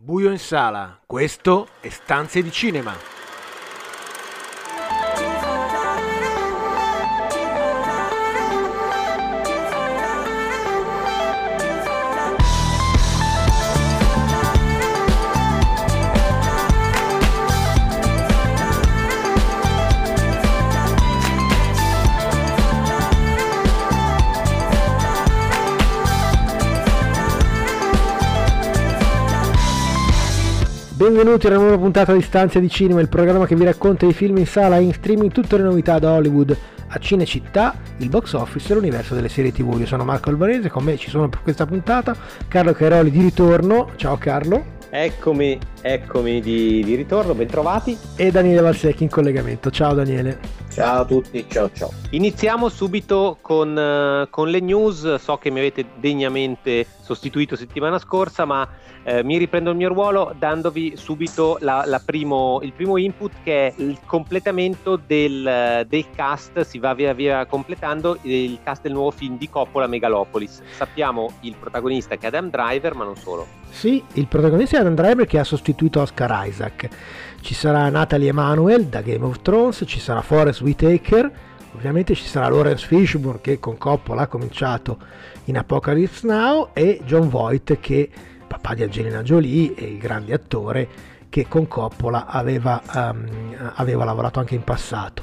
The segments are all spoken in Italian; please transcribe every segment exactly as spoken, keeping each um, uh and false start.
Buio in sala, questo è Stanze di Cinema. Benvenuti a una nuova puntata di Stanze di Cinema, il programma che vi racconta i film in sala e in streaming, tutte le novità da Hollywood a Cinecittà, il box office e l'universo delle serie tv. Io sono Marco Albanese, con me ci sono per questa puntata Carlo Cairoli di ritorno. Ciao Carlo. Eccomi, eccomi di, di ritorno, bentrovati. E Daniele Valsecchi in collegamento. Ciao Daniele. Ciao a tutti, ciao ciao. Iniziamo subito con, uh, con le news. So che mi avete degnamente sostituito settimana scorsa, ma eh, mi riprendo il mio ruolo dandovi subito la, la primo, il primo input, che è il completamento del, del cast. Si va via via completando il cast del nuovo film di Coppola, Megalopolis. Sappiamo il protagonista, che è Adam Driver, ma non solo. Sì, il protagonista è Adam Driver, che ha sostituito Oscar Isaac. Ci sarà Natalie Emmanuel da Game of Thrones, ci sarà Forest Whitaker, ovviamente ci sarà Lawrence Fishburne, che con Coppola ha cominciato in Apocalypse Now, e Jon Voight, che papà di Angelina Jolie e il grande attore che con Coppola aveva, um, aveva lavorato anche in passato.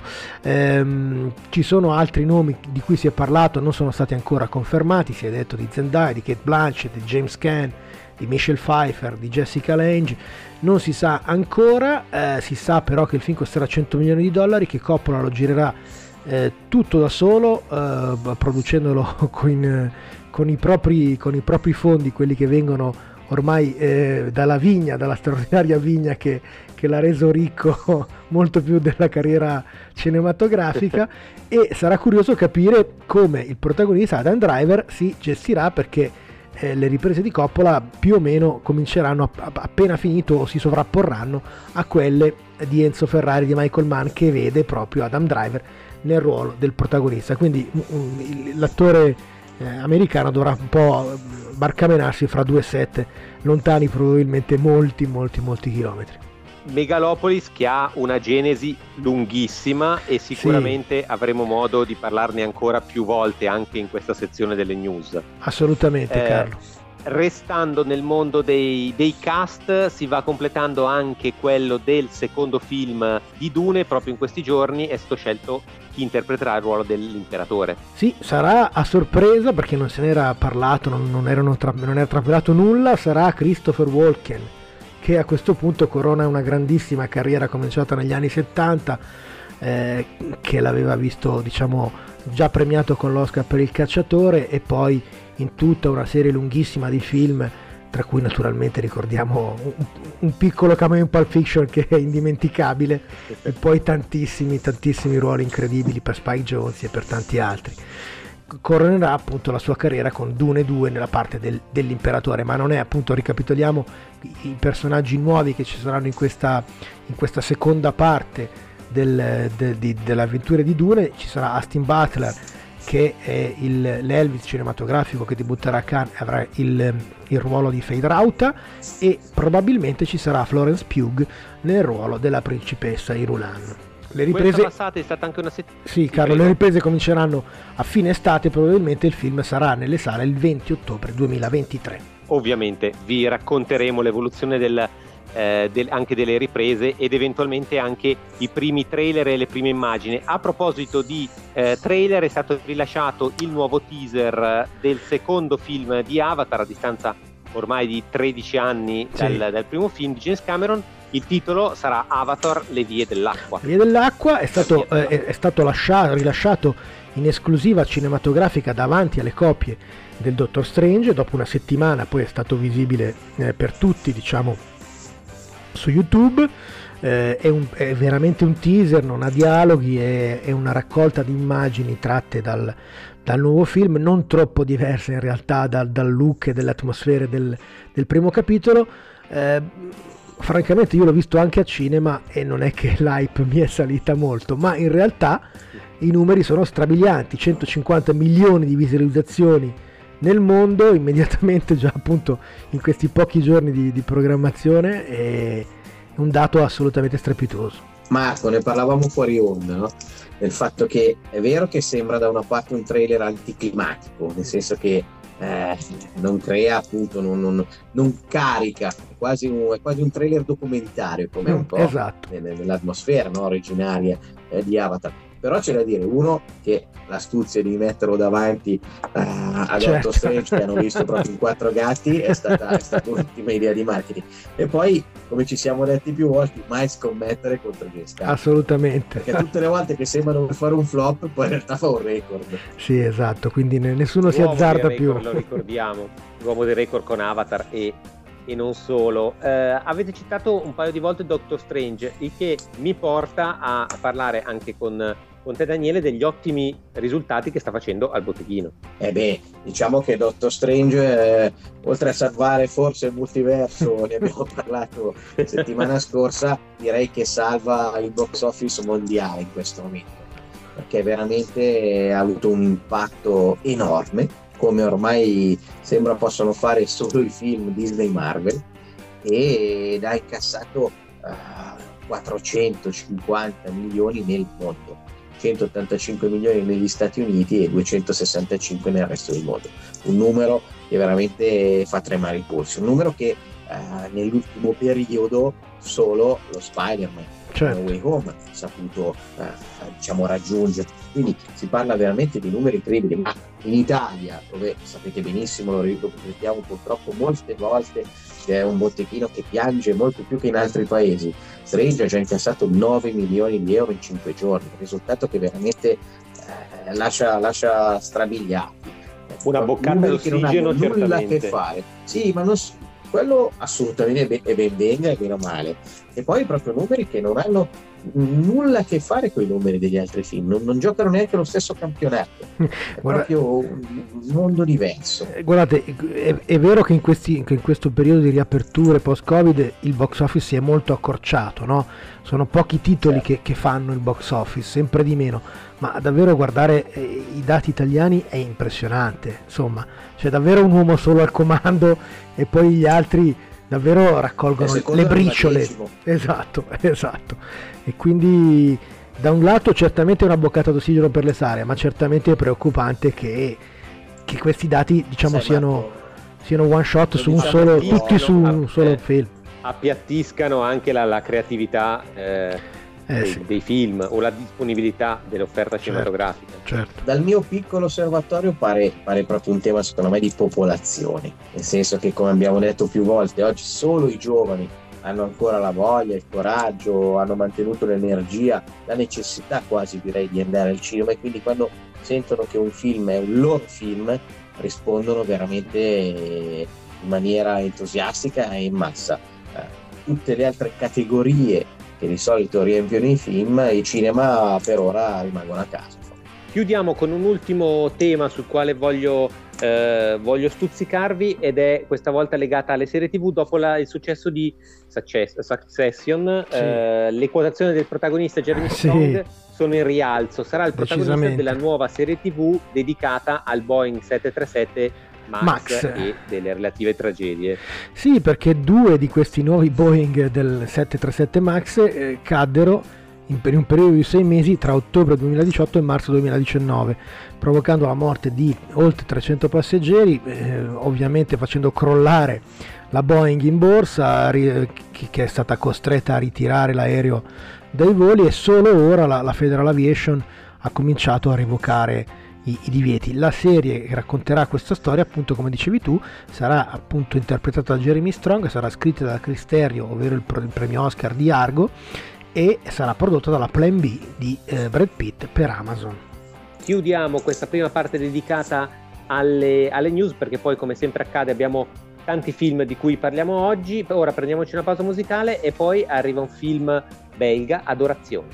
Um, ci sono altri nomi di cui si è parlato, non sono stati ancora confermati. Si è detto di Zendaya, di Cate Blanchett, di James Caan, di Michelle Pfeiffer, di Jessica Lange. Non si sa ancora, eh, si sa però che il film costerà cento milioni di dollari, che Coppola lo girerà eh, tutto da solo, eh, producendolo con, con, i propri, con i propri fondi, quelli che vengono ormai eh, dalla vigna, dalla straordinaria vigna che, che l'ha reso ricco molto più della carriera cinematografica. E sarà curioso capire come il protagonista Adam Driver si gestirà, perché eh, le riprese di Coppola più o meno cominceranno a, a, appena finito, o si sovrapporranno a quelle di Enzo Ferrari, di Michael Mann, che vede proprio Adam Driver nel ruolo del protagonista. Quindi um, l'attore eh, americano dovrà un po' barcamenarsi fra due set lontani, probabilmente molti molti molti chilometri. Megalopolis, che ha una genesi lunghissima e sicuramente sì, avremo modo di parlarne ancora più volte anche in questa sezione delle news. Assolutamente, eh, Carlo. Restando nel mondo dei, dei cast, si va completando anche quello del secondo film di Dune. Proprio in questi giorni è stato scelto chi interpreterà il ruolo dell'imperatore. Sì, sarà a sorpresa, perché non se n'era parlato, non, non, erano tra, non era trapelato nulla. Sarà Christopher Walken, che a questo punto corona una grandissima carriera cominciata negli anni settanta, eh, che l'aveva visto, diciamo, già premiato con l'Oscar per Il Cacciatore, e poi in tutta una serie lunghissima di film, tra cui naturalmente ricordiamo un, un piccolo cameo in Pulp Fiction che è indimenticabile, e poi tantissimi tantissimi ruoli incredibili per Spike Jonze e per tanti altri. Coronerà appunto la sua carriera con Dune due nella parte del, dell'imperatore, ma non è, appunto, ricapitoliamo i, i personaggi nuovi che ci saranno in questa, in questa seconda parte del, de, di, delle avventure di Dune. Ci sarà Austin Butler, che è il, l'Elvis cinematografico, che debutterà a Cannes, avrà il, il ruolo di Fade Rauta, e probabilmente ci sarà Florence Pugh nel ruolo della principessa Irulan. Le riprese passata è stata anche una settimana. Sì, Carlo, le riprese cominceranno a fine estate, probabilmente il film sarà nelle sale il venti ottobre duemilaventitré. Ovviamente vi racconteremo l'evoluzione del, eh, del, anche delle riprese, ed eventualmente anche i primi trailer e le prime immagini. A proposito di eh, trailer, è stato rilasciato il nuovo teaser del secondo film di Avatar, a distanza ormai di tredici anni dal, sì. dal primo film di James Cameron. Il titolo sarà Avatar, le vie dell'acqua. Le vie dell'acqua è stato, eh, è stato lasciato, rilasciato in esclusiva cinematografica davanti alle copie del Doctor Strange. Dopo una settimana poi è stato visibile eh, per tutti, diciamo, su YouTube. Eh, è, un, è veramente un teaser, non ha dialoghi, è, è una raccolta di immagini tratte dal, dal nuovo film, non troppo diverse in realtà dal, dal look e dalle atmosfere del, del primo capitolo. Eh, francamente io l'ho visto anche a cinema e non è che l'hype mi è salita molto, ma in realtà i numeri sono strabilianti: centocinquanta milioni di visualizzazioni nel mondo immediatamente, già appunto in questi pochi giorni di, di programmazione, è un dato assolutamente strepitoso. Marco, ne parlavamo fuori onda, no? Del fatto che è vero che sembra da una parte un trailer anticlimatico, nel senso che eh, non crea appunto, non, non, non carica, è quasi, un, è quasi un trailer documentario, come Mm, un po' esatto. nell'atmosfera, no, originaria eh, di Avatar. Però c'è da dire, uno, che l'astuzia di metterlo davanti uh, a Certo. Doctor Strange, che hanno visto proprio in quattro gatti, è stata, è stata un'ottima idea di marketing. E poi, come ci siamo detti più volte, mai scommettere contro James Gunn, Assolutamente. perché tutte le volte che sembrano fare un flop, poi in realtà fa un record. Sì, esatto, quindi ne- nessuno si L'uomo azzarda del più. record, lo ricordiamo, l'uomo del record con Avatar e, e non solo. Eh, avete citato un paio di volte Doctor Strange, il che mi porta a parlare anche con, con te, Daniele, degli ottimi risultati che sta facendo al botteghino. E beh, diciamo che Doctor Strange, eh, oltre a salvare forse il multiverso, ne abbiamo parlato settimana scorsa, direi che salva il box office mondiale in questo momento, perché veramente ha avuto un impatto enorme, come ormai sembra possono fare solo i film Disney Marvel, ed ha incassato uh, quattrocentocinquanta milioni nel mondo, centottantacinque milioni negli Stati Uniti e duecentosessantacinque nel resto del mondo. Un numero che veramente fa tremare il polso, un numero che uh, nell'ultimo periodo solo lo Spider-Man Certo. No Way Home ha saputo uh, diciamo raggiungere. Quindi si parla veramente di numeri incredibili, ma in Italia, dove sapete benissimo, lo ripetiamo purtroppo molte volte, che è un botteghino che piange molto più che in altri paesi, Strange ha già incassato nove milioni di euro in cinque giorni, un risultato che veramente eh, lascia, lascia strabiliati. Una boccata Numeri che non d'ossigeno, hanno nulla a certamente. che fare. Sì, ma non, s- quello assolutamente è ben venga e meno male. E poi proprio numeri che non hanno nulla a che fare con i numeri degli altri film, non, non giocano neanche lo stesso campionato, è Guarda- proprio un mondo diverso. Eh, Guardate, è, è vero che in, questi, che in questo periodo di riaperture post-Covid il box office si è molto accorciato, no? Sono pochi titoli Certo. che, che fanno il box office, sempre di meno, ma davvero guardare eh, i dati italiani è impressionante, insomma, c'è davvero un uomo solo al comando e poi gli altri davvero raccolgono E le secondo me briciole. battesimo. Esatto, esatto. E quindi da un lato certamente è una boccata d'ossigeno per le sale, ma certamente è preoccupante che, che questi dati, diciamo, Sai, siano, Marco, siano one shot lo su un diciamo solo, anch'io, tutti su no? un solo Eh. film. Appiattiscano anche la, la creatività eh, Eh, dei, sì, dei film o la disponibilità dell'offerta cinematografica. certo. dal mio piccolo osservatorio pare, pare proprio un tema secondo me di popolazione, nel senso che, come abbiamo detto più volte, oggi solo i giovani hanno ancora la voglia, il coraggio, hanno mantenuto l'energia, la necessità quasi direi di andare al cinema, e quindi quando sentono che un film è un loro film rispondono veramente in maniera entusiastica e in massa. Eh, tutte le altre categorie che di solito riempiono i film, i cinema per ora rimangono a casa. Chiudiamo con un ultimo tema sul quale voglio, eh, voglio stuzzicarvi, ed è questa volta legata alle serie tivù. Dopo la- il successo di Success- Succession, Sì. eh, le quotazioni del protagonista Jeremy Sì. Strong sono in rialzo. Sarà il protagonista Decisamente. della nuova serie tivù dedicata al Boeing sette trentasette Max, Max. e delle relative tragedie. Sì, perché due di questi nuovi Boeing del sette trentasette Max eh, caddero in, per un periodo di sei mesi tra ottobre duemiladiciotto e marzo duemiladiciannove, provocando la morte di oltre trecento passeggeri, eh, ovviamente facendo crollare la Boeing in borsa, ri- che, che è stata costretta a ritirare l'aereo dai voli, e solo ora la, la Federal Aviation ha cominciato a revocare i, i divieti. La serie che racconterà questa storia, appunto come dicevi tu, sarà appunto interpretata da Jeremy Strong, sarà scritta da Chris Terrio, ovvero il, pro- il premio Oscar di Argo, e sarà prodotta dalla Plan B di eh, Brad Pitt per Amazon. Chiudiamo questa prima parte dedicata alle, alle news, perché poi, come sempre accade, abbiamo tanti film di cui parliamo oggi. Ora prendiamoci una pausa musicale e poi arriva un film belga, Adorazione.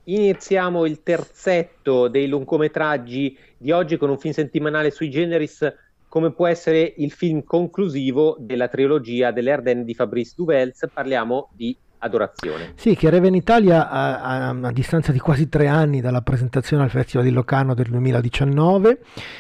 Iniziamo il terzetto dei lungometraggi di oggi con un film settimanale sui generis, come può essere il film conclusivo della trilogia delle Ardenne di Fabrice Duvels. Parliamo di Adorazione. Sì, che arriva in Italia a, a, a distanza di quasi tre anni dalla presentazione al Festival di Locarno del duemiladiciannove,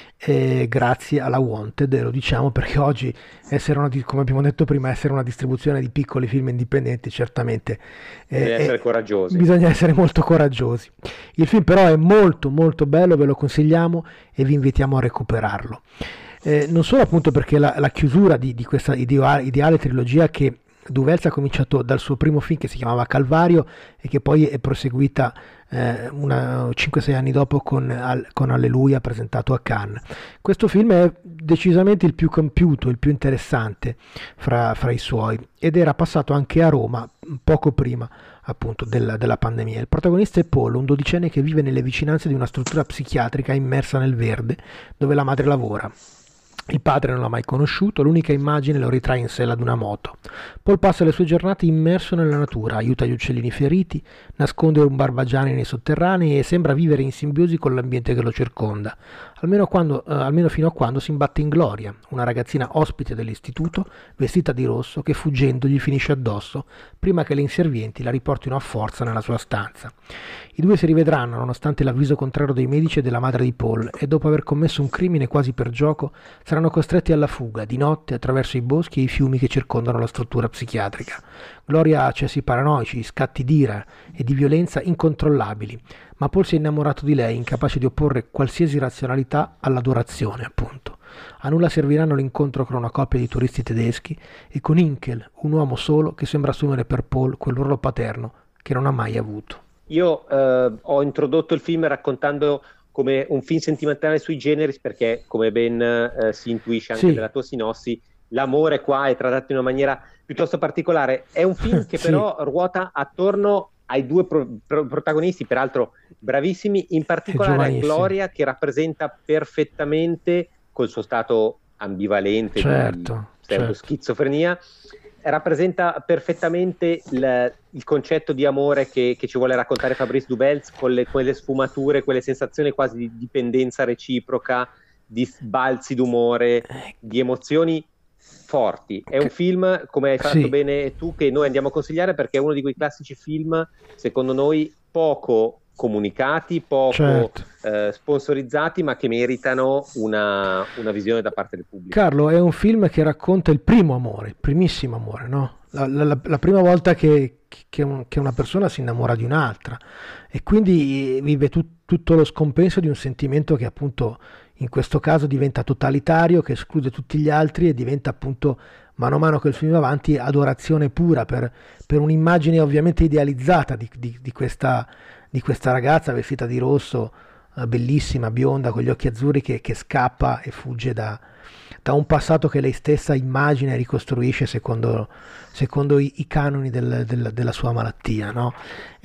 eh, grazie alla Wanted, lo diciamo perché oggi, essere una, come abbiamo detto prima, essere una distribuzione di piccoli film indipendenti, certamente eh, Bisogna essere eh, coraggiosi. Bisogna essere molto coraggiosi. Il film però è molto molto bello, ve lo consigliamo e vi invitiamo a recuperarlo. Eh, non solo appunto perché la, la chiusura di, di questa ideale, ideale trilogia che Duvels ha cominciato dal suo primo film che si chiamava Calvario e che poi è proseguita eh, cinque sei anni dopo con, al, con Alleluia, presentato a Cannes. Questo film è decisamente il più compiuto, il più interessante fra, fra i suoi, ed era passato anche a Roma poco prima appunto della, della pandemia. Il protagonista è Paul, un dodicenne che vive nelle vicinanze di una struttura psichiatrica immersa nel verde dove la madre lavora. Il padre non l'ha mai conosciuto, l'unica immagine lo ritrae in sella ad una moto. Paul passa le sue giornate immerso nella natura, aiuta gli uccellini feriti, nasconde un barbagianni nei sotterranei e sembra vivere in simbiosi con l'ambiente che lo circonda, almeno, quando, eh, almeno fino a quando si imbatte in Gloria, una ragazzina ospite dell'istituto, vestita di rosso, che fuggendo gli finisce addosso, prima che le inservienti la riportino a forza nella sua stanza. I due si rivedranno nonostante l'avviso contrario dei medici e della madre di Paul, e dopo aver commesso un crimine quasi per gioco saranno costretti alla fuga di notte attraverso i boschi e i fiumi che circondano la struttura psichiatrica. Gloria ha accessi paranoici, scatti d'ira e di violenza incontrollabili, ma Paul si è innamorato di lei, incapace di opporre qualsiasi razionalità all'adorazione, appunto. A nulla serviranno l'incontro con una coppia di turisti tedeschi e con Hinkel, un uomo solo che sembra assumere per Paul quel ruolo paterno che non ha mai avuto. Io eh, ho introdotto il film raccontando come un film sentimentale sui generis perché, come ben eh, si intuisce anche Sì. dalla tua sinossi, l'amore qua è trattato in una maniera piuttosto particolare. È un film che Sì. però ruota attorno ai due pro- pro- protagonisti, peraltro bravissimi, in particolare a giovanissimi. Gloria, che rappresenta perfettamente, col suo stato ambivalente Certo, di pseudoschizofrenia, rappresenta perfettamente il, il concetto di amore che, che ci vuole raccontare Fabrice Duvels, con le, quelle sfumature, quelle sensazioni quasi di dipendenza reciproca, di balzi d'umore, di emozioni forti. È un film, come hai fatto Sì. bene tu, che noi andiamo a consigliare perché è uno di quei classici film, secondo noi, poco comunicati, poco Certo. eh, sponsorizzati, ma che meritano una, una visione da parte del pubblico. Carlo, è un film che racconta il primo amore, il primissimo amore, no? La, la- la prima volta che, che un- che una persona si innamora di un'altra e quindi vive tut- tutto lo scompenso di un sentimento che appunto in questo caso diventa totalitario, che esclude tutti gli altri e diventa appunto mano a mano che il film va avanti adorazione pura per, per un'immagine ovviamente idealizzata di, di- di questa, di questa ragazza vestita di rosso, eh, bellissima, bionda, con gli occhi azzurri che, che scappa e fugge da, da un passato che lei stessa immagina e ricostruisce secondo, secondo i, i canoni del- del- della sua malattia, no?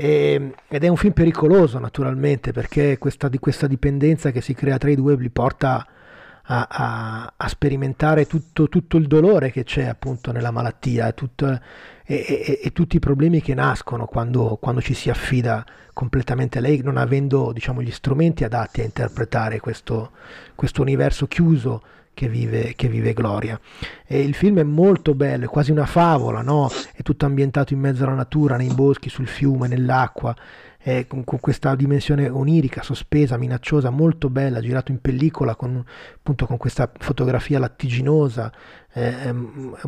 E- ed è un film pericoloso naturalmente perché questa, di questa dipendenza che si crea tra i due li porta a, a- a sperimentare tutto, tutto il dolore che c'è appunto nella malattia e, tutto- e- e- e tutti i problemi che nascono quando, quando ci si affida completamente a lei, non avendo diciamo gli strumenti adatti a interpretare questo, questo universo chiuso che vive, che vive Gloria. E il film è molto bello, è quasi una favola, no? È tutto ambientato in mezzo alla natura, nei boschi, sul fiume, nell'acqua, è con, con questa dimensione onirica, sospesa, minacciosa, molto bella, girato in pellicola con, appunto, con questa fotografia lattiginosa, eh, è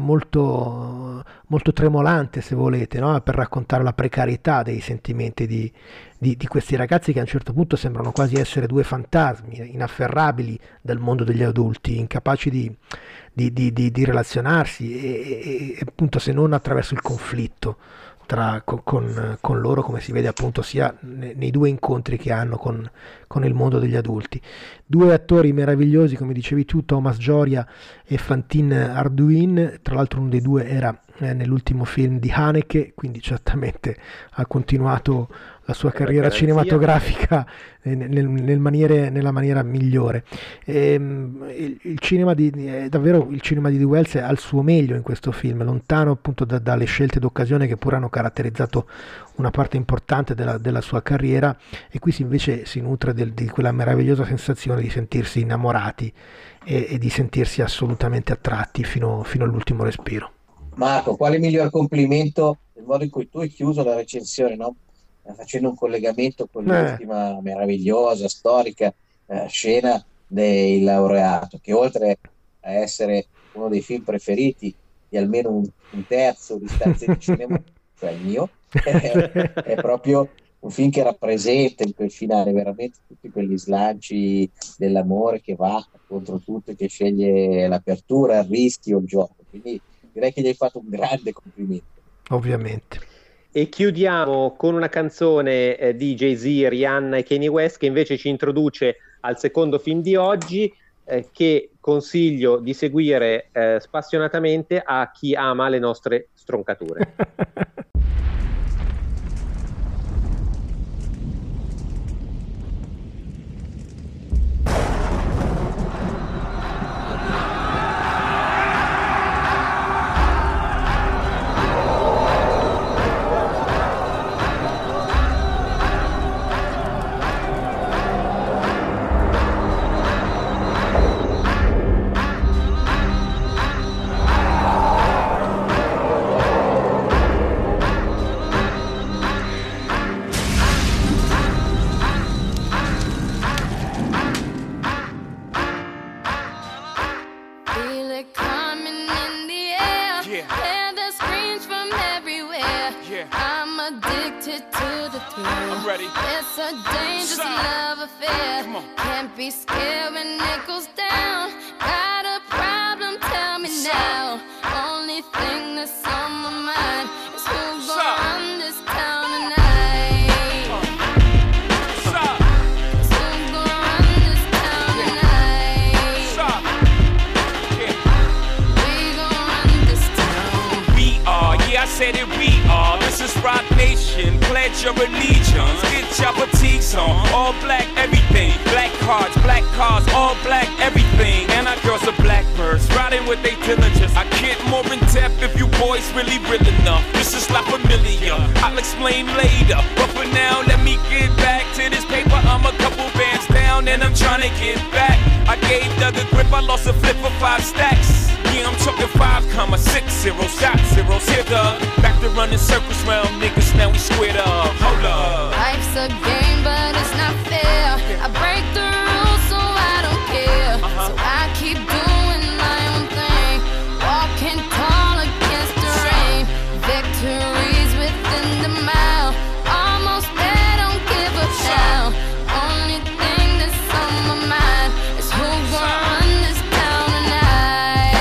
molto, molto tremolante se volete, no? Per raccontare la precarietà dei sentimenti di, di, di questi ragazzi che a un certo punto sembrano quasi essere due fantasmi inafferrabili dal mondo degli adulti, incapaci di, di, di, di, di relazionarsi e, e, e appunto se non attraverso il conflitto tra, con, con, con loro, come si vede appunto sia ne- nei due incontri che hanno con, con il mondo degli adulti. Due attori meravigliosi, come dicevi tu, Thomas Gioria e Fantine Ardouin, tra l'altro uno dei due era eh, nell'ultimo film di Haneke, quindi certamente ha continuato la sua carriera cinematografica nel, nel maniere, nella maniera migliore. E, il, il cinema di è davvero il cinema di Dee Wells è al suo meglio in questo film, lontano appunto da, dalle scelte d'occasione che pure hanno caratterizzato una parte importante della, della sua carriera, e qui si invece si nutre del, di quella meravigliosa sensazione di sentirsi innamorati e, e di sentirsi assolutamente attratti fino, fino all'ultimo respiro. Marco, quale miglior complimento del modo in cui tu hai chiuso la recensione, no? Facendo un collegamento con l'ultima eh. meravigliosa, storica eh, scena del laureato, che oltre a essere uno dei film preferiti di almeno un, un terzo di stanze di cinema, cioè il mio, è, è proprio un film che rappresenta in quel finale veramente tutti quegli slanci dell'amore che va contro tutto, che sceglie l'apertura, il rischio, il gioco. Quindi direi che gli hai fatto un grande complimento. Ovviamente. E chiudiamo con una canzone eh, di Jay-Z, Rihanna e Kanye West, che invece ci introduce al secondo film di oggi, eh, che consiglio di seguire eh, spassionatamente a chi ama le nostre stroncature. Your allegiance, get your boutiques on. All black everything, black cards, black cars, all black everything. And our girls are blackbirds, riding with their diligence. I get more in depth if you boys really real enough. This is La Familia, I'll explain later. But for now, let me get back to this paper. I'm a couple bands down and I'm trying to get back. I gave Doug a grip, I lost a flip for five stacks. Yeah, I'm talking five comma six zero, shot zeros. Here, Doug, back to running circles round niggas, now we squared up. Hold up. Life's a game, but it's not fair. I break the rules, so I don't care. Uh-huh. So I keep doing my own thing, walking tall against the rain. Victories within the mile, almost there, don't give up now. Only thing that's on my mind is who's gonna run this town tonight.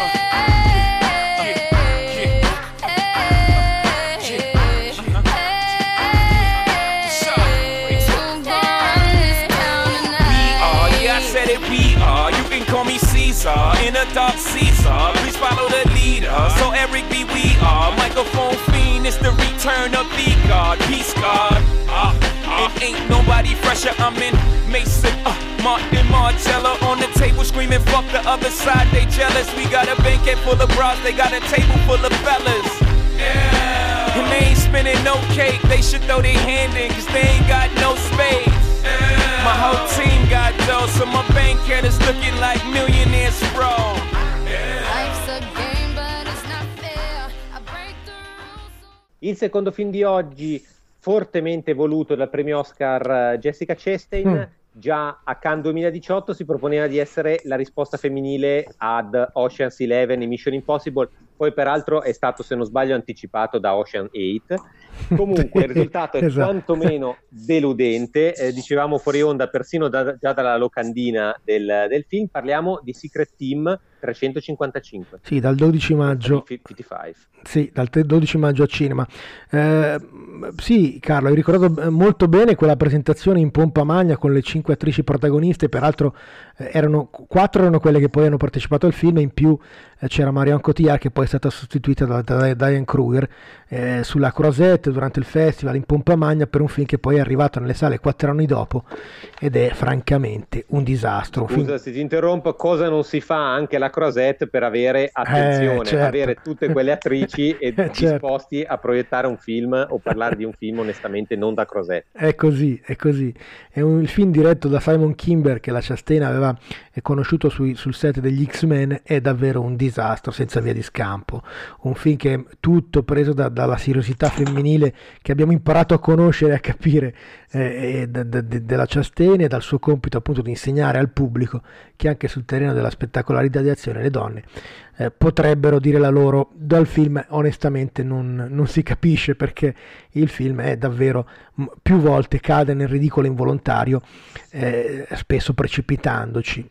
In a dark Caesar, please follow the leader. So Eric B, we are microphone fiend. It's the return of the God, peace God. Uh, uh, it ain't nobody fresher. I'm in Mason, uh, Martin Margiela on the table screaming, fuck the other side. They jealous. We got a banquet full of bras. They got a table full of fellas. Yeah. And they ain't spinning no cake. They should throw their hand in, cause they ain't got no space. My whole team got dough, so my bank account is looking like millionaires, bro. Life's a game, but it's not fair. I break the rules. Il secondo film di oggi, fortemente voluto dal premio Oscar Jessica Chastain, mm. già a Cannes duemiladiciotto si proponeva di essere la risposta femminile ad Ocean's Eleven e Mission Impossible, poi peraltro è stato, se non sbaglio, anticipato da Ocean eight. Comunque il risultato è esatto. quantomeno deludente, eh, dicevamo fuori onda persino da, già dalla locandina del, del film. Parliamo di Secret Team trecentocinquantacinque. Sì, dal dodici maggio. cinquantacinque. Sì, dal dodici maggio a cinema. Eh, sì, Carlo, hai ricordato molto bene quella presentazione in pompa magna con le cinque attrici protagoniste, peraltro eh, erano quattro erano quelle che poi hanno partecipato al film, e in più eh, c'era Marion Cotillard, che poi è stata sostituita da, da, da Diane Kruger eh, sulla Croisette durante il festival in pompa magna, per un film che poi è arrivato nelle sale quattro anni dopo ed è francamente un disastro. Un Scusa film... se ti interrompo, cosa non si fa anche la Croisette per avere attenzione, eh, certo. avere tutte quelle attrici e certo. disposti a proiettare un film o parlare di un film onestamente non da Croisette. È così, è così. È un il film diretto da Simon Kimber, che la Chastain aveva conosciuto sui, sul set degli X-Men, è davvero un disastro senza via di scampo. Un film che è tutto preso da, dalla seriosità femminile che abbiamo imparato a conoscere e a capire eh, de, de, de, della Chastain, e dal suo compito appunto di insegnare al pubblico che anche sul terreno della spettacolarità di azione le donne Eh, potrebbero dire la loro. Dal film onestamente non, non si capisce, perché il film è davvero m- più volte cade nel ridicolo involontario, eh, spesso precipitandoci.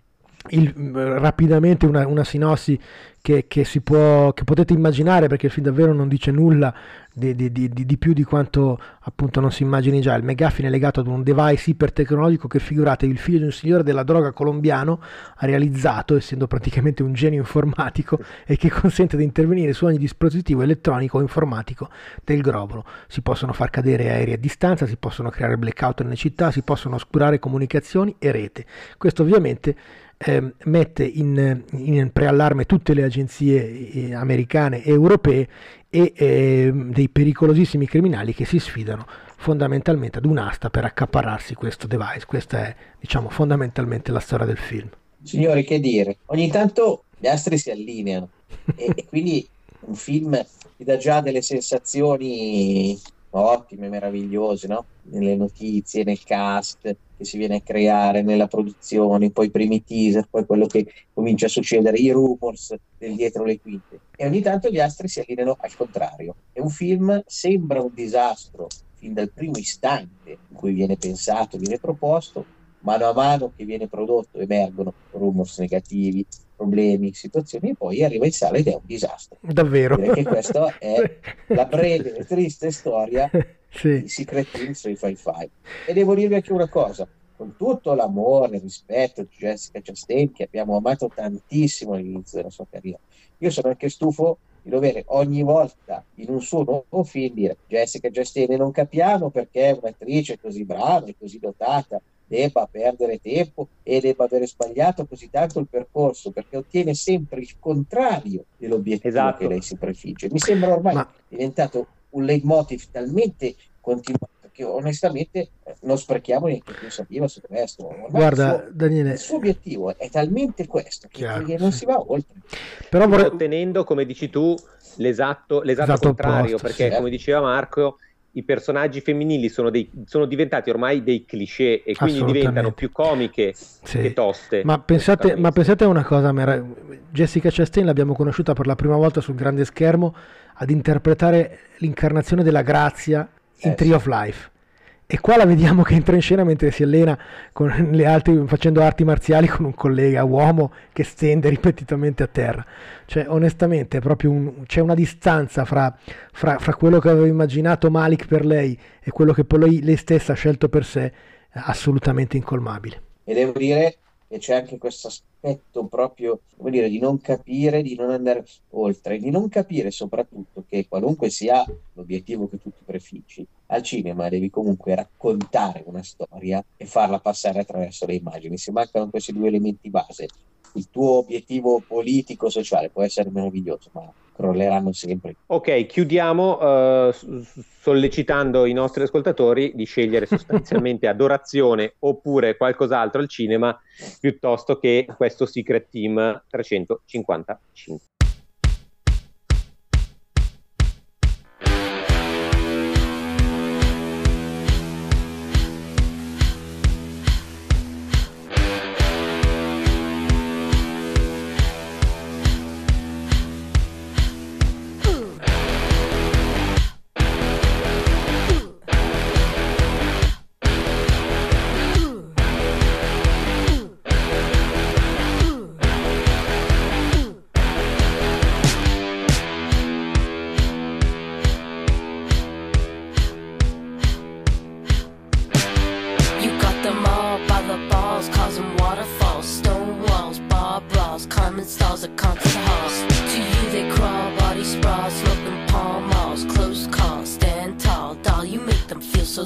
Il, rapidamente una, una sinossi che, che si può che potete immaginare, perché il film davvero non dice nulla di, di, di, di più di quanto appunto non si immagini già. Il McGuffin è legato ad un device ipertecnologico che, figuratevi, il figlio di un signore della droga colombiano ha realizzato, essendo praticamente un genio informatico, e che consente di intervenire su ogni dispositivo elettronico o informatico del globolo. Si possono far cadere aerei a distanza, si possono creare blackout nelle città, si possono oscurare comunicazioni e rete. Questo ovviamente Eh, mette in, in preallarme tutte le agenzie eh, americane e europee e eh, dei pericolosissimi criminali che si sfidano fondamentalmente ad un'asta per accaparrarsi questo device. Questa è, diciamo, fondamentalmente la storia del film. Signori, che dire, ogni tanto gli astri si allineano e, e quindi un film ti dà già delle sensazioni ottime, meravigliose, no? Nelle notizie, nel cast che si viene a creare, nella produzione, poi i primi teaser, poi quello che comincia a succedere, i rumors del dietro le quinte. E ogni tanto gli astri si allineano al contrario. E un film sembra un disastro fin dal primo istante in cui viene pensato, viene proposto, mano a mano che viene prodotto emergono rumors negativi, problemi, situazioni, e poi arriva in sala ed è un disastro. Davvero. Direi che questa è la breve e triste storia sì. di Secret Team tre cinquantacinque. E devo dirvi anche una cosa, con tutto l'amore, il rispetto di Jessica Chastain, che abbiamo amato tantissimo all'inizio della sua carriera, io sono anche stufo di dover ogni volta in un suo nuovo film dire Jessica Chastain, e non capiamo perché un'attrice così brava e così dotata debba perdere tempo e debba avere sbagliato così tanto il percorso, perché ottiene sempre il contrario dell'obiettivo esatto. che lei si prefigge. Mi sembra ormai Ma... diventato un leitmotiv talmente continuato che onestamente non sprechiamo neanche più saliva su questo. Ormai Guarda, il suo, Daniele, il suo obiettivo è talmente questo che, chiaro, che non sì. si va oltre. Però vorrei... ottenendo, come dici tu, l'esatto, l'esatto, Esatto contrario, opposto, perché sì. come diceva Marco, i personaggi femminili sono, dei, sono diventati ormai dei cliché e quindi diventano più comiche sì. che toste. Ma pensate, ma pensate a una cosa, Jessica Chastain l'abbiamo conosciuta per la prima volta sul grande schermo ad interpretare l'incarnazione della grazia in Eh, Tree sì. of Life. E qua la vediamo che entra in scena mentre si allena con le altre, facendo arti marziali con un collega uomo che stende ripetutamente a terra. Cioè, onestamente, è proprio un, c'è una distanza fra, fra, fra quello che aveva immaginato Malik per lei e quello che poi lei, lei stessa ha scelto per sé, assolutamente incolmabile. E devo dire che c'è anche questo aspetto proprio, come dire, di non capire, di non andare oltre, di non capire soprattutto che qualunque sia l'obiettivo che tu ti prefiggi, al cinema devi comunque raccontare una storia e farla passare attraverso le immagini. Se mancano questi due elementi base, il tuo obiettivo politico, sociale può essere meraviglioso, ma crolleranno sempre. Ok, chiudiamo eh, sollecitando i nostri ascoltatori di scegliere sostanzialmente Adorazione oppure qualcos'altro al cinema piuttosto che questo Secret Team trecentocinquantacinque. Causing waterfalls, stone walls, bar brawls, climbing stalls, a concert hall.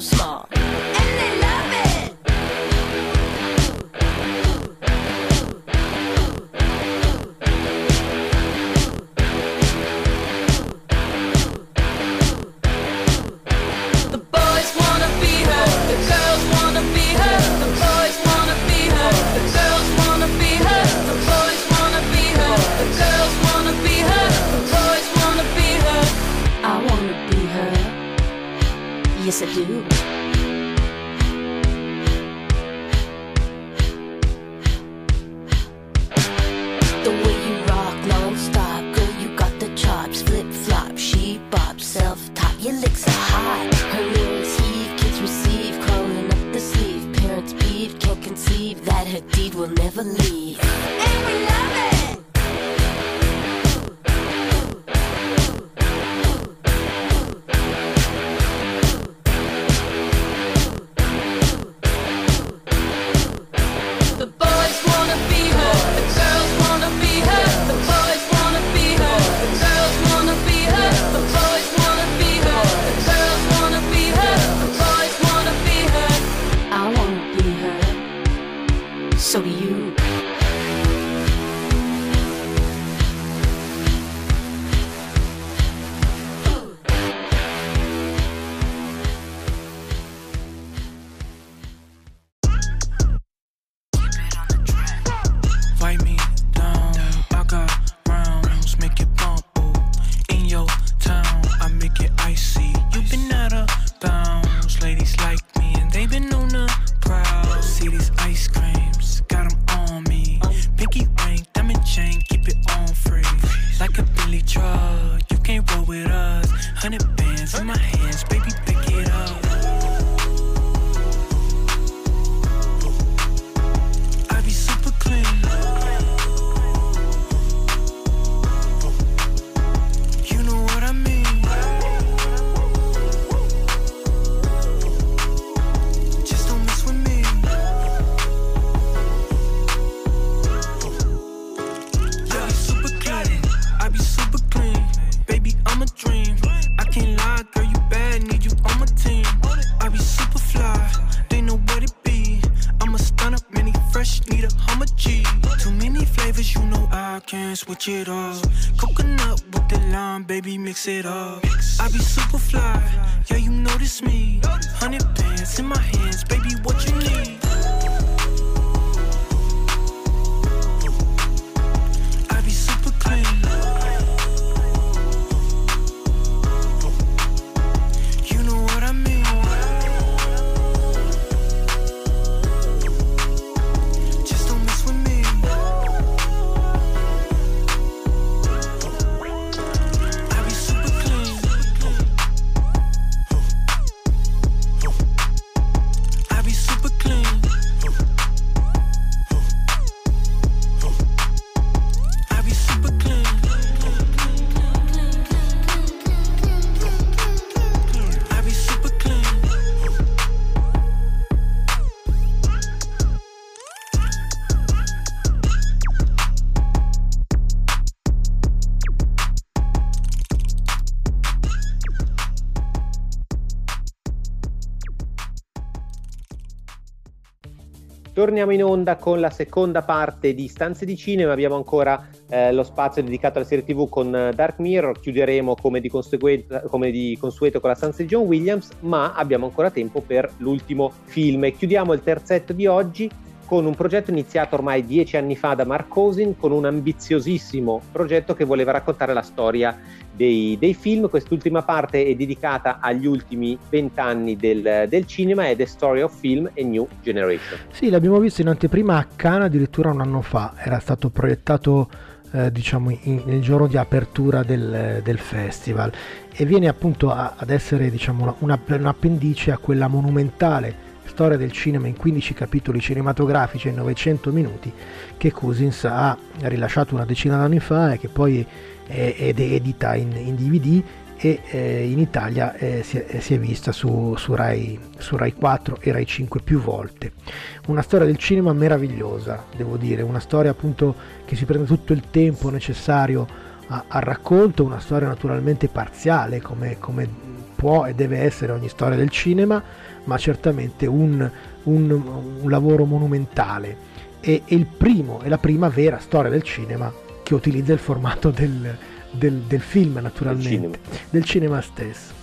small. And they love it. The boys wanna be her, the girls wanna be her. The boys wanna be her, the girls wanna be her. The boys wanna be her, the girls wanna be her. The boys wanna be her. I wanna be her. Yes, I do. The way you rock non-stop, girl, you got the chops. Flip-flop, she bop, self-top, your licks are hot. Her lyrics heave, kids receive, crawling up the sleeve. Parents peeve, can't conceive that her deed will never leave. And we love it. The boys wanna be her, the girls wanna be her. The boys wanna be her, the girls wanna be her. The boys wanna be her, the girls wanna be her. The boys wanna be her. I wanna be her. So do you. Wipe me down, I got rounds, make it bump, ooh. In your town, I make it icy. You've been out of bounds, ladies like me, and they've been on the prowl. See these ice creams, got them on me. Pinky ring, diamond chain, keep it on free. Like a Billy truck, you can't roll with us. Hundred bands in my hands, baby, pick it up. I be super clean. You know what I mean. Just don't mess with me. I be super clean. I be super clean. Baby, I'm a dream. I can't lie, girl, you bad, need you on my team. I be super fly, they know what it be. I'm a stunner, many fresh, need a Hummer G. Too many flavors, you know I can't switch it up. Coconut with the lime, baby, mix it up. I be super fly, yeah, you notice me. Hundred bands in my hands, baby, what you need? I be super clean. You know what I mean. Just don't mess with me. I be super clean. I be super clean. I be super clean. I be super clean. Torniamo in onda con la seconda parte di Stanze di Cinema. Abbiamo ancora eh, lo spazio dedicato alla serie tivù con eh, Dark Mirror. Chiuderemo come di, come di consueto con la stanza di John Williams, ma abbiamo ancora tempo per l'ultimo film. E chiudiamo il terzetto di oggi con un progetto iniziato ormai dieci anni fa da Mark Cousin, con un ambiziosissimo progetto che voleva raccontare la storia dei, dei film. Quest'ultima parte è dedicata agli ultimi vent'anni del, del cinema, è The Story of Film a New Generation. Sì, l'abbiamo visto in anteprima a Cannes addirittura un anno fa, era stato proiettato eh, diciamo in, nel giorno di apertura del, del festival, e viene appunto a, ad essere diciamo una, un appendice a quella monumentale storia del cinema in quindici capitoli cinematografici e novecento minuti che Cousins ha rilasciato una decina d'anni fa e che poi è, è edita in, in D V D e eh, in Italia eh, si, è, si è vista su, su, Rai, su Rai quattro e Rai cinque più volte. Una storia del cinema meravigliosa, devo dire, una storia appunto che si prende tutto il tempo necessario a, al racconto, una storia naturalmente parziale come, come può e deve essere ogni storia del cinema, ma certamente un, un, un lavoro monumentale. È, è il primo, è la prima vera storia del cinema che utilizza il formato del, del, del film, naturalmente, del cinema, del cinema stesso.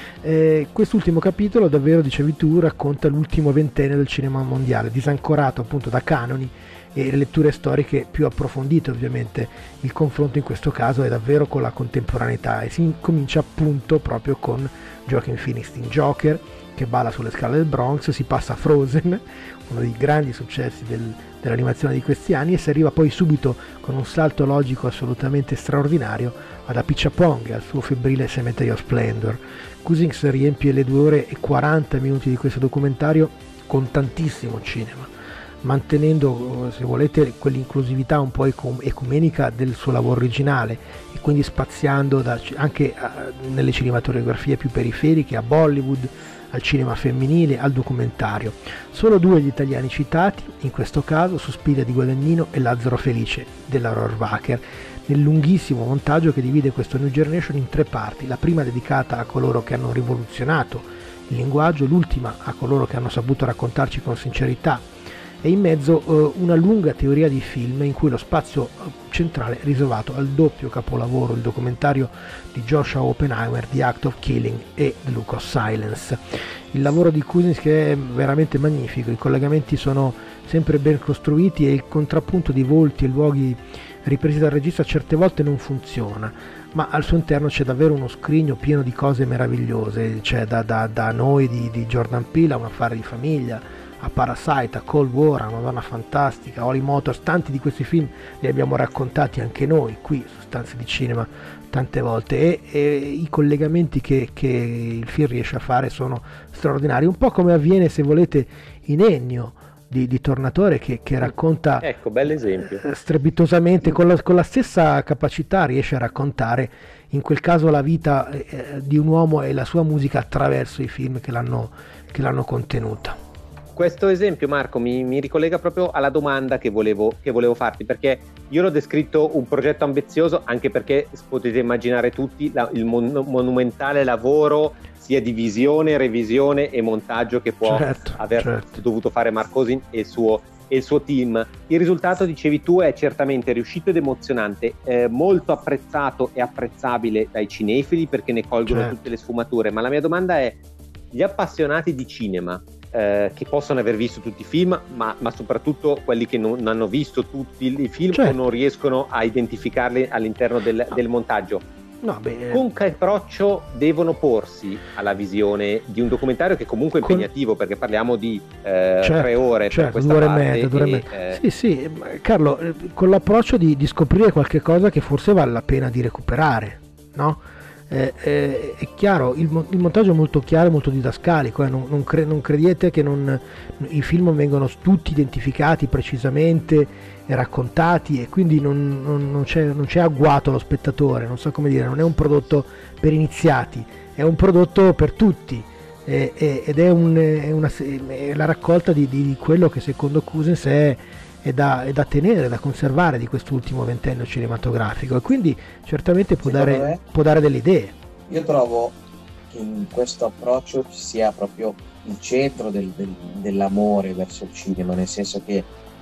Eh, quest'ultimo capitolo, davvero, dicevi tu, racconta l'ultimo ventennio del cinema mondiale, disancorato appunto da canoni e letture storiche più approfondite. Ovviamente il confronto in questo caso è davvero con la contemporaneità e si comincia appunto proprio con Joaquin Phoenix in Joker, che balla sulle scale del Bronx, si passa a Frozen, uno dei grandi successi del, dell'animazione di questi anni, e si arriva poi subito con un salto logico assolutamente straordinario ad Apicciapong, al suo febbrile Cemetery of Splendor. Cousins riempie le due ore e quaranta minuti di questo documentario con tantissimo cinema, mantenendo, se volete, quell'inclusività un po' ecumenica del suo lavoro originale, e quindi spaziando da, anche a, nelle cinematografie più periferiche, a Bollywood, al cinema femminile, al documentario. Solo due gli italiani citati, in questo caso Suspiria di Guadagnino e Lazzaro Felice della Rohrwacher, nel lunghissimo montaggio che divide questo New Generation in tre parti, la prima dedicata a coloro che hanno rivoluzionato il linguaggio, l'ultima a coloro che hanno saputo raccontarci con sincerità, e in mezzo eh, una lunga teoria di film in cui lo spazio centrale è riservato al doppio capolavoro, il documentario di Joshua Oppenheimer, The Act of Killing e The Look of Silence. Il lavoro di Cousins che è veramente magnifico, i collegamenti sono sempre ben costruiti e il contrappunto di volti e luoghi ripresi dal regista certe volte non funziona, ma al suo interno c'è davvero uno scrigno pieno di cose meravigliose, c'è da, da, da Noi di, di Jordan Peele a Un affare di famiglia, a Parasite, a Cold War, a Una donna fantastica, Holy Motors. Tanti di questi film li abbiamo raccontati anche noi qui su Stanze di Cinema tante volte, e, e i collegamenti che, che il film riesce a fare sono straordinari, un po' come avviene, se volete, in Ennio di, di Tornatore, che, che racconta, ecco, bell'esempio, strepitosamente, con la, con la stessa capacità riesce a raccontare in quel caso la vita eh, di un uomo e la sua musica attraverso i film che l'hanno, che l'hanno contenuta. Questo esempio, Marco, mi, mi ricollega proprio alla domanda che volevo, che volevo farti, perché io l'ho descritto un progetto ambizioso, anche perché potete immaginare tutti la, il mon- monumentale lavoro sia di visione, revisione e montaggio che può certo, aver certo. dovuto fare Mark Cousins e il suo, e il suo team. Il risultato, dicevi tu, è certamente riuscito ed emozionante, eh, molto apprezzato e apprezzabile dai cinefili perché ne colgono certo. tutte le sfumature, ma la mia domanda è: gli appassionati di cinema, Eh, che possono aver visto tutti i film, ma, ma soprattutto quelli che non hanno visto tutti i film, certo, o non riescono a identificarli all'interno del, del montaggio, no, beh, con che approccio devono porsi alla visione di un documentario che comunque è impegnativo, con... perché parliamo di eh, certo, tre ore certo, per questa due ore parte, e mezza, due ore e mezza. Eh... Sì, sì, Carlo, con l'approccio di, di scoprire qualche cosa che forse vale la pena di recuperare, no? Eh, eh, è chiaro, il, il montaggio è molto chiaro e molto didascalico, eh, non, non, cre- non crediate che non, i film vengono tutti identificati precisamente e raccontati, e quindi non, non, non, c'è, non c'è agguato allo spettatore, non so come dire, non è un prodotto per iniziati, è un prodotto per tutti, eh, eh, ed è, un, è, una, è la raccolta di, di quello che secondo Cousins è È da, è da tenere, da conservare di quest'ultimo ventennio cinematografico, e quindi certamente può dare, me, può dare delle idee. Io trovo che in questo approccio ci sia proprio il centro del, del, dell'amore verso il cinema, nel senso che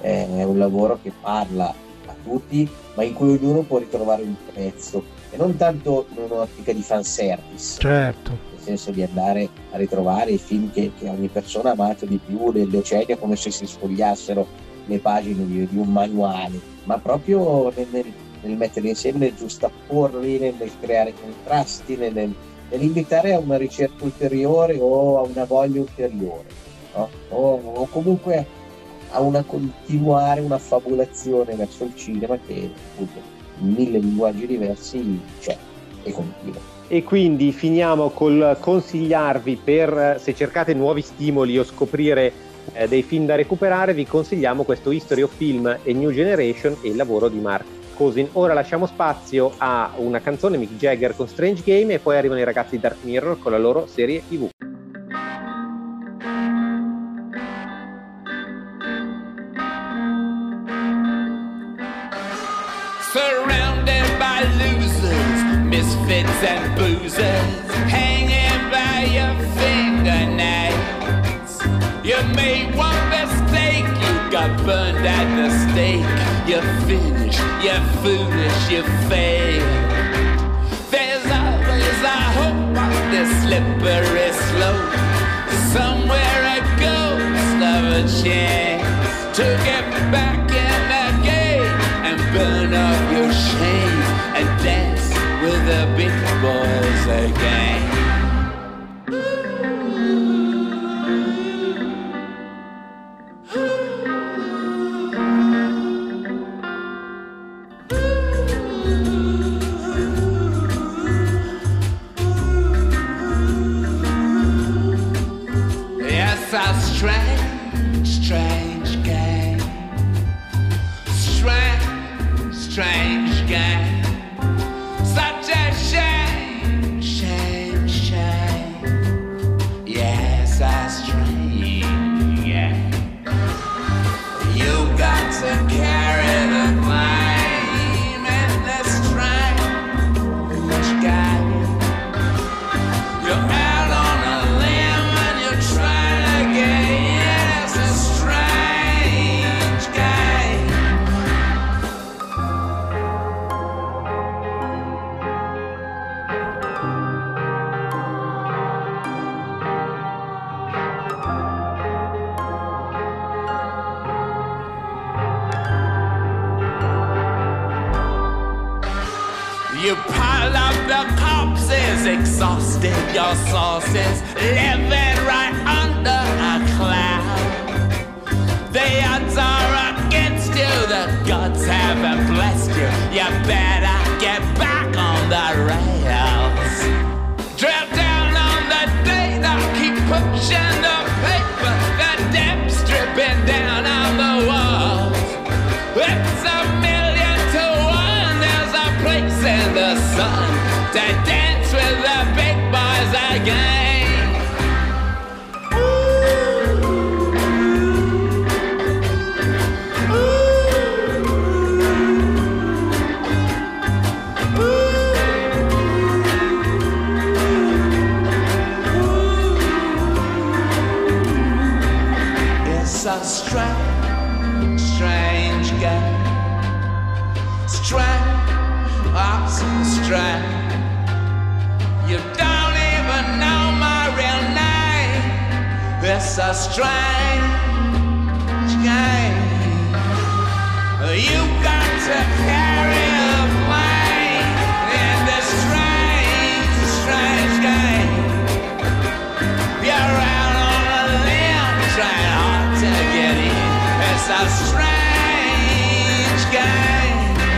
è un lavoro che parla a tutti, ma in cui ognuno può ritrovare un pezzo, e non tanto in un'ottica di fanservice, certo, nel senso di andare a ritrovare i film che, che ogni persona ha amato di più nel decennio, come se si sfogliassero le pagine di, di un manuale, ma proprio nel, nel, nel mettere insieme, nel giustapporli, nel, nel creare contrasti, nel, nel, nell'invitare a una ricerca ulteriore o a una voglia ulteriore, no? o, o comunque a una continuare una fabulazione verso il cinema che appunto in mille linguaggi diversi c'è e continua. E quindi finiamo col consigliarvi, per se cercate nuovi stimoli o scoprire Eh, dei film da recuperare, vi consigliamo questo History of Film e New Generation e il lavoro di Mark Cousins. Ora lasciamo spazio a una canzone, Mick Jagger con Strange Game, e poi arrivano i ragazzi di Dark Mirror con la loro serie tivù. Surrounded by losers, misfits and boozers, hanging by your fingernail. burned at the stake. You're finished, you're foolish, you fail. There's always a hope on this slippery slope. Somewhere a ghost of a chance to get back in the game and burn up your shame and dance with the big boys again. Yes, a strange, strange game. Strange, strange game. Such a shame, shame, shame. Yes, a strange game. You got to carry the blame in this strange game. You're out on a limb and you're trying to get in. It's a strange game. You pile up the corpses, exhausted your sources, living right under a cloud. The odds are against you, the gods haven't blessed you. You better get back on the rails. Drill down on the data, keep pushing the paper, the depths dripping down on the walls. It's a million to one, there's a place in the sun to dance with the big boys again. It's a strange, strange game. Strange, oh, so strange. You don't even know my real name. It's a strange game. You got to carry a blame in this strange, strange game. You're out on a limb, trying hard to get in. It's a strange game.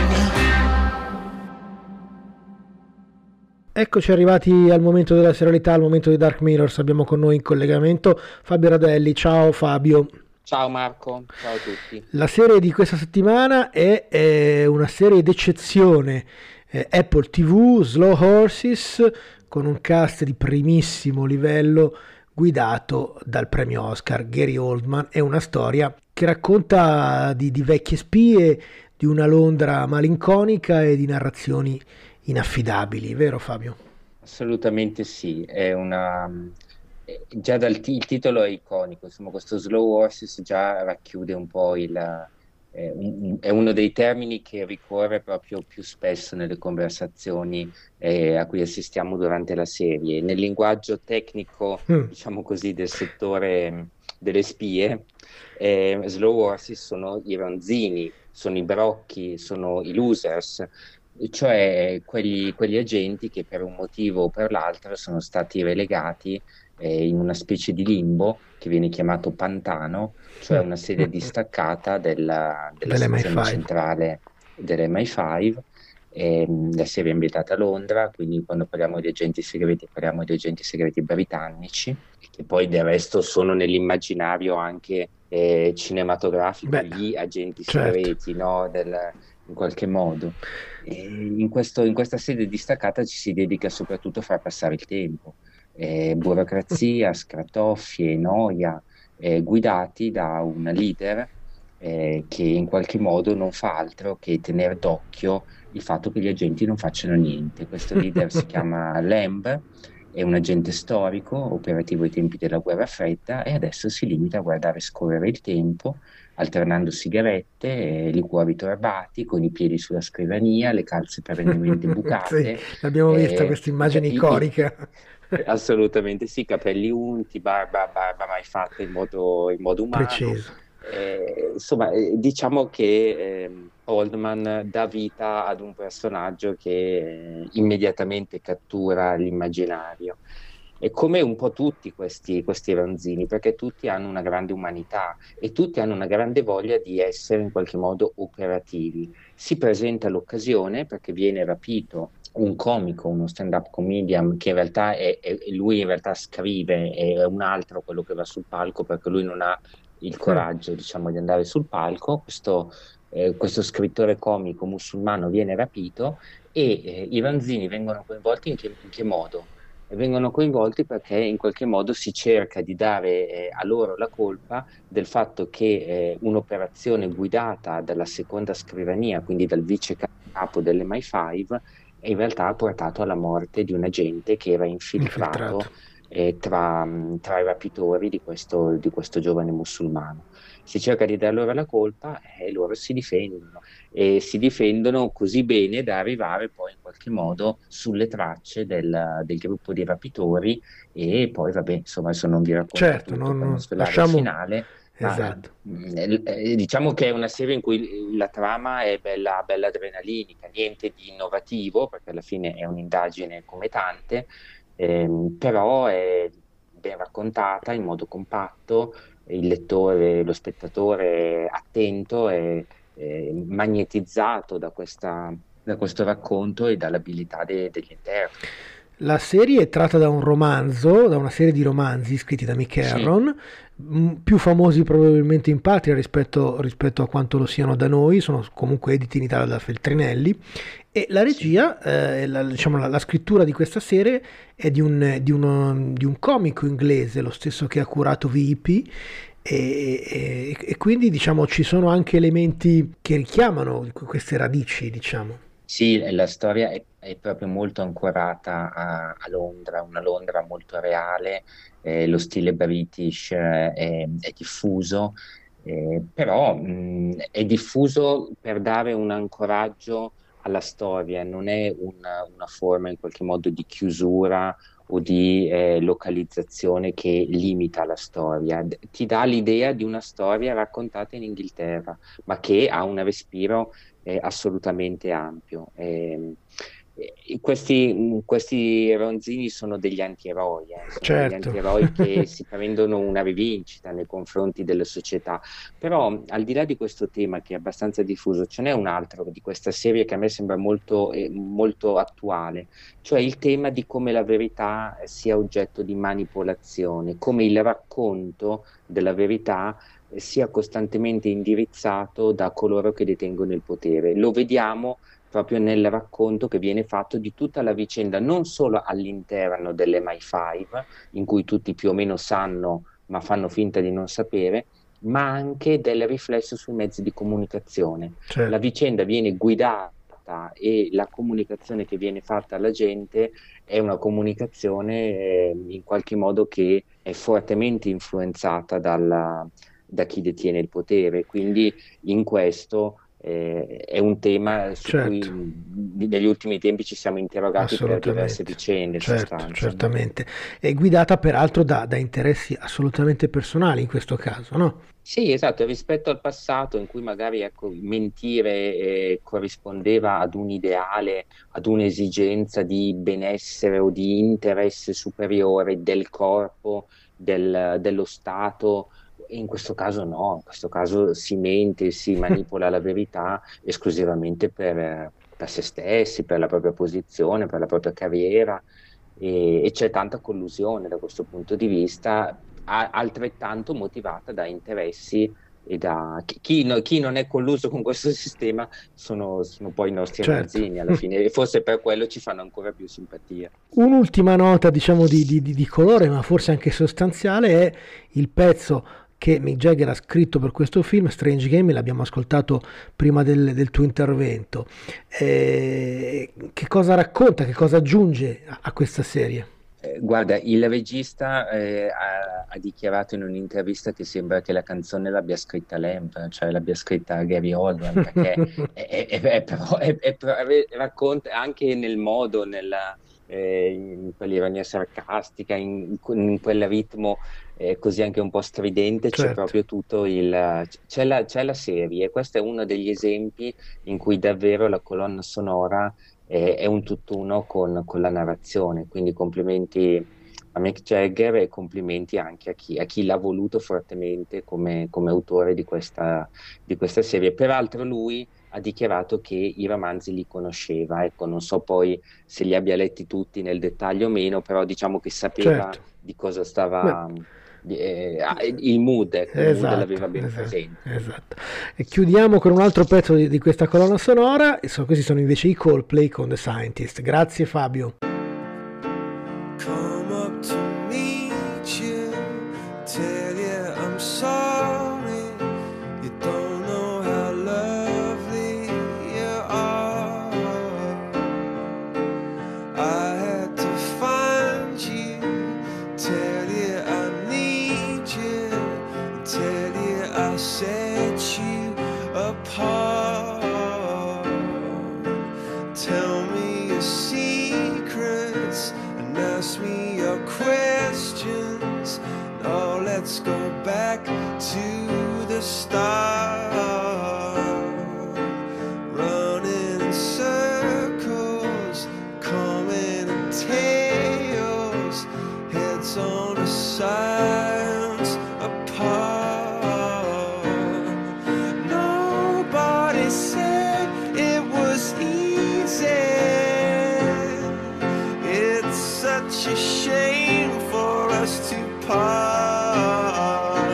Eccoci arrivati al momento della serialità, al momento di Dark Mirrors. Abbiamo con noi in collegamento Fabio Radelli. Ciao Fabio. Ciao Marco, ciao a tutti. La serie di questa settimana è, è una serie d'eccezione, eh, Apple tivù, Slow Horses, con un cast di primissimo livello guidato dal premio Oscar Gary Oldman. È una storia che racconta di, di vecchie spie, di una Londra malinconica e di narrazioni inaffidabili, vero Fabio? Assolutamente sì, è una... già dal t- il titolo è iconico, insomma questo Slow Horses già racchiude un po' il... È, un, è uno dei termini che ricorre proprio più spesso nelle conversazioni eh, a cui assistiamo durante la serie. Nel linguaggio tecnico, mm. diciamo così, del settore delle spie, eh, Slow Horses sono i ronzini, sono i brocchi, sono i losers, cioè quegli, quegli agenti che per un motivo o per l'altro sono stati relegati eh, in una specie di limbo che viene chiamato pantano, cioè una sede distaccata della, della sezione centrale dell'M I cinque. Eh, la serie è ambientata a Londra, quindi quando parliamo di agenti segreti parliamo di agenti segreti britannici, che poi del resto sono nell'immaginario anche eh, cinematografico. Beh, gli agenti segreti, certo. No, del, in qualche modo. E in, questo, in questa sede distaccata ci si dedica soprattutto a far passare il tempo. Eh, burocrazia, scratoffie, noia, eh, guidati da una leader eh, che in qualche modo non fa altro che tenere d'occhio il fatto che gli agenti non facciano niente. Questo leader si chiama Lamb è un agente storico, operativo ai tempi della guerra fredda, e adesso si limita a guardare scorrere il tempo, alternando sigarette, eh, liquori torbati, con i piedi sulla scrivania, le calze perennemente bucate. Sì, l'abbiamo vista eh, questa immagine i- i- iconica. Assolutamente sì, capelli unti, barba, barba mai fatta in modo, in modo umano. Preciso. Eh, insomma, eh, diciamo che ehm, Oldman dà vita ad un personaggio che eh, immediatamente cattura l'immaginario. E come un po' tutti questi, questi ronzini, perché tutti hanno una grande umanità e tutti hanno una grande voglia di essere in qualche modo operativi. Si presenta l'occasione perché viene rapito un comico, uno stand-up comedian che in realtà è, è- lui in realtà scrive, è un altro quello che va sul palco perché lui non ha il coraggio, diciamo, di andare sul palco. Questo, eh, questo scrittore comico musulmano viene rapito e eh, i Ranzini vengono coinvolti in che, in che modo? E vengono coinvolti perché in qualche modo si cerca di dare eh, a loro la colpa del fatto che eh, un'operazione guidata dalla seconda scrivania, quindi dal vice capo dell'M I cinque, in realtà ha portato alla morte di un agente che era infiltrato Infiltrato. eh, tra, tra i rapitori di questo, di questo giovane musulmano. Si cerca di dar loro la colpa e loro si difendono e si difendono così bene da arrivare poi in qualche modo sulle tracce del, del gruppo di rapitori e poi vabbè, insomma, adesso non vi racconto Certo, tutto non- per non svelare il lasciamo- finale. Ma, Esatto. eh, eh, diciamo che è una serie in cui la trama è bella, bella adrenalinica, niente di innovativo, perché alla fine è un'indagine come tante, ehm, però è ben raccontata in modo compatto, il lettore, lo spettatore è attento e è magnetizzato da questa, da questo racconto e dall'abilità de- degli interpreti. La serie è tratta da un romanzo, da una serie di romanzi scritti da Mick Sì. Herron, m- più famosi probabilmente in patria rispetto, rispetto a quanto lo siano da noi, sono comunque editi in Italia da Feltrinelli, e la regia, eh, la, diciamo, la, la scrittura di questa serie è di un, di, uno, di un comico inglese, lo stesso che ha curato V I P, e, e- e quindi diciamo ci sono anche elementi che richiamano queste radici, diciamo. Sì, la storia è, è proprio molto ancorata a, a Londra, una Londra molto reale, eh, lo stile British eh, è, è diffuso, eh, però mh, è diffuso per dare un ancoraggio alla storia, non è una, una forma in qualche modo di chiusura o di eh, localizzazione che limita la storia. D- Ti dà l'idea di una storia raccontata in Inghilterra, ma che ha un respiro eh, assolutamente ampio. Ehm, e questi, questi ronzini sono degli antieroi, eh, sono degli Certo. antieroi che si prendono una rivincita nei confronti della società. Però, al di là di questo tema che è abbastanza diffuso, ce n'è un altro di questa serie che a me sembra molto, eh, molto attuale, cioè il tema di come la verità sia oggetto di manipolazione, come il racconto della verità eh, sia costantemente indirizzato da coloro che detengono il potere. Lo vediamo proprio nel racconto che viene fatto di tutta la vicenda, non solo all'interno dell'M I cinque, in cui tutti più o meno sanno, ma fanno finta di non sapere, ma anche del riflesso sui mezzi di comunicazione. Certo. La vicenda viene guidata e la comunicazione che viene fatta alla gente è una comunicazione eh, in qualche modo che è fortemente influenzata dalla- da chi detiene il potere. Quindi in questo eh, è un tema su Certo. cui mh, negli ultimi tempi ci siamo interrogati per diverse Assolutamente. vicende, in Certo, sostanza. certamente. È guidata peraltro da, da interessi assolutamente personali in questo caso, no? Sì, esatto, rispetto al passato in cui magari ecco, mentire eh, corrispondeva ad un ideale, ad un'esigenza di benessere o di interesse superiore del corpo, del- dello Stato. In questo caso no, in questo caso si mente, si manipola la verità esclusivamente per, eh, per se stessi, per la propria posizione, per la propria carriera e, e c'è tanta collusione da questo punto di vista, a- altrettanto motivata da interessi e da chi, chi no- chi non è colluso con questo sistema sono, sono poi i nostri Certo. ragazzini alla fine e forse per quello ci fanno ancora più simpatia. Un'ultima nota, diciamo, di, di- di- di colore, ma forse anche sostanziale, è il pezzo che Mick Jagger ha scritto per questo film, Strange Game, l'abbiamo ascoltato prima del, del tuo intervento. Eh, che cosa racconta, che cosa aggiunge a, a questa serie? Eh, guarda, il regista eh, ha, ha dichiarato in un'intervista che sembra che la canzone l'abbia scritta Lamb, cioè l'abbia scritta Gary Oldman, perché è, è- è- però è- è- però racconta anche nel modo, nella, eh, in quell'ironia sarcastica, in, in quel ritmo eh, così anche un po' stridente, c'è Certo. proprio tutto il... c'è la, c'è la serie, e questo è uno degli esempi in cui davvero la colonna sonora è, è un tutt'uno con, con la narrazione, quindi complimenti a Mick Jagger e complimenti anche a chi, a chi l'ha voluto fortemente come, come autore di questa, di questa serie. Peraltro lui ha dichiarato che i romanzi li conosceva, ecco, non so poi se li abbia letti tutti nel dettaglio o meno, però diciamo che sapeva Certo. di cosa stava... di- eh, ah, il mood, ecco, il mood Esatto, l'aveva ben esatto, presente. esatto. E chiudiamo con un altro pezzo di, di questa colonna sonora. E so- questi sono invece i Coldplay con The Scientist. Grazie Fabio. Come up to meet you, tell you I'm sorry. You don't know how lovely you are. I had to find you, tell you I need you, tell you I set you apart. Tell me your secrets and ask me your questions. Now let's go back to the start. Running in circles, coming in tails, heads on the sides apart. Nobody said it was easy. It's such a shame for us to part.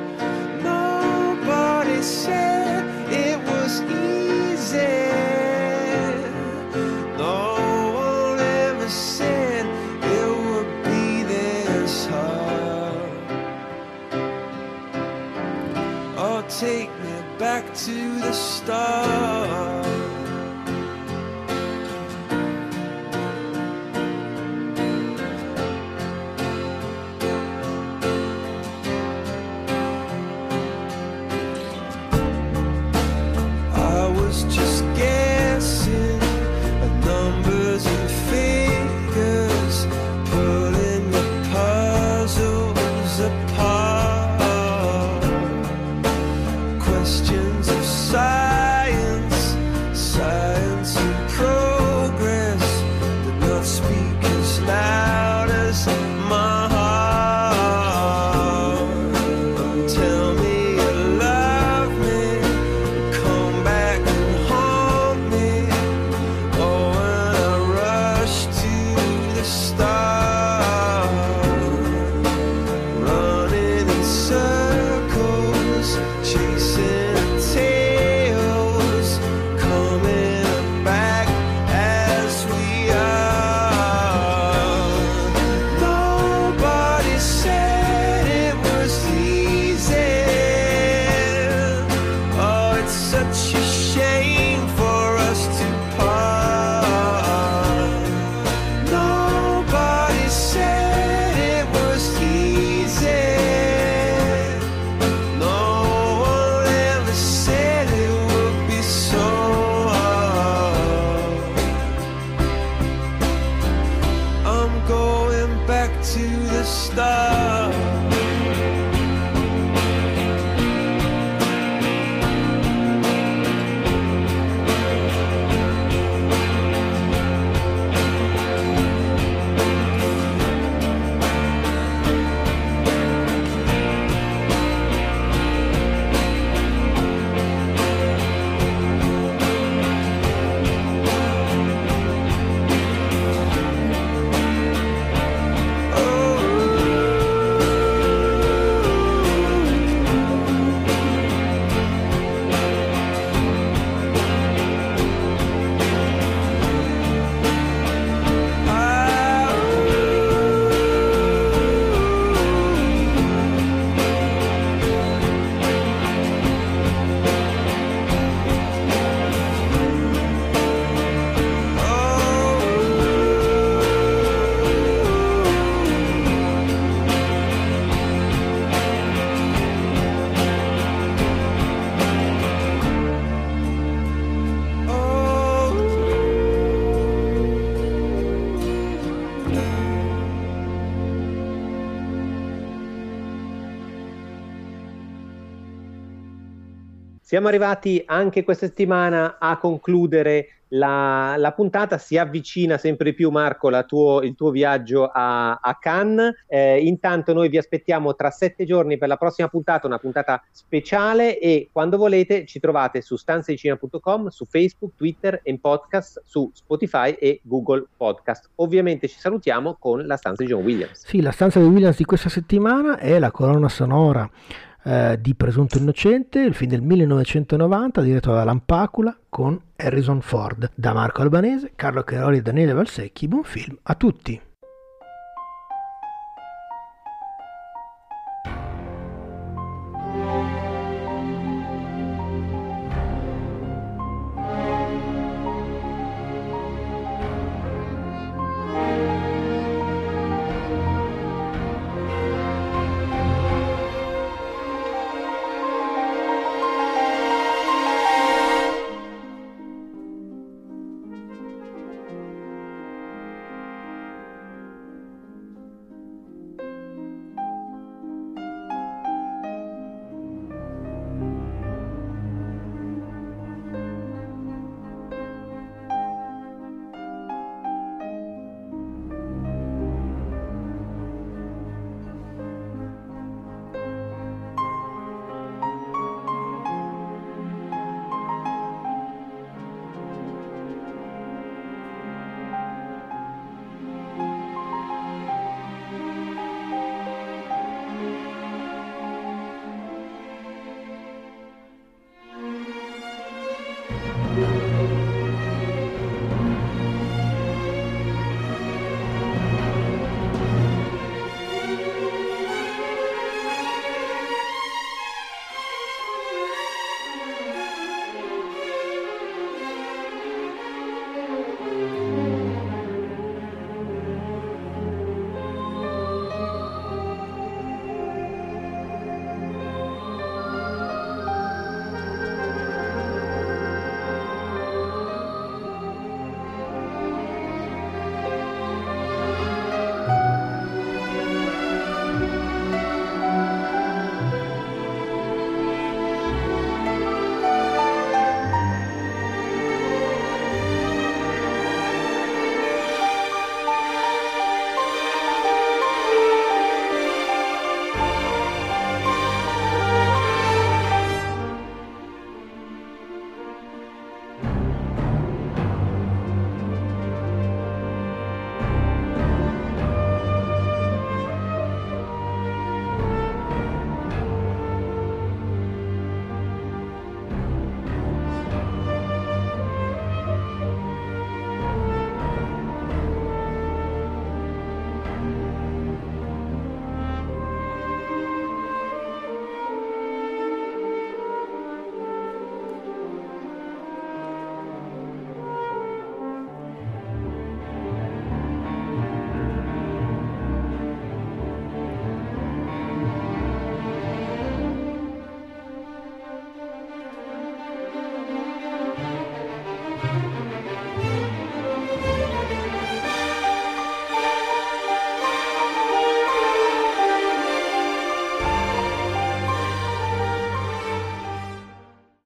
Nobody said it was easy. No one ever said it would be this hard. Oh, take me back to the start. I was just guessing at numbers and figures, pulling the puzzles apart. Questions of science, science and progress did not speak as loud as my heart. Tell me you love me, come back and haunt me. Oh, when I rush to the start, running in circles, chasing tails, coming back as we are. Nobody said it was easy. Oh, it's such a shame for us to part. Nobody said it was easy. No one ever said it would be so hard. I'm going back to the start. Siamo arrivati anche questa settimana a concludere la, la puntata. Si avvicina sempre più, Marco, la tuo, il tuo viaggio a, a Cannes. Eh, intanto noi vi aspettiamo tra sette giorni per la prossima puntata, una puntata speciale, e quando volete ci trovate su stanza di cinema punto com, su Facebook, Twitter e in podcast su Spotify e Google Podcast. Ovviamente ci salutiamo con La stanza di John Williams. Sì, La stanza di Williams di questa settimana è la colonna sonora eh, di Presunto Innocente, il film del millenovecentonovanta diretto da Alan Pakula con Harrison Ford. Da Marco Albanese, Carlo Cheroli e Daniele Valsecchi, buon film a tutti.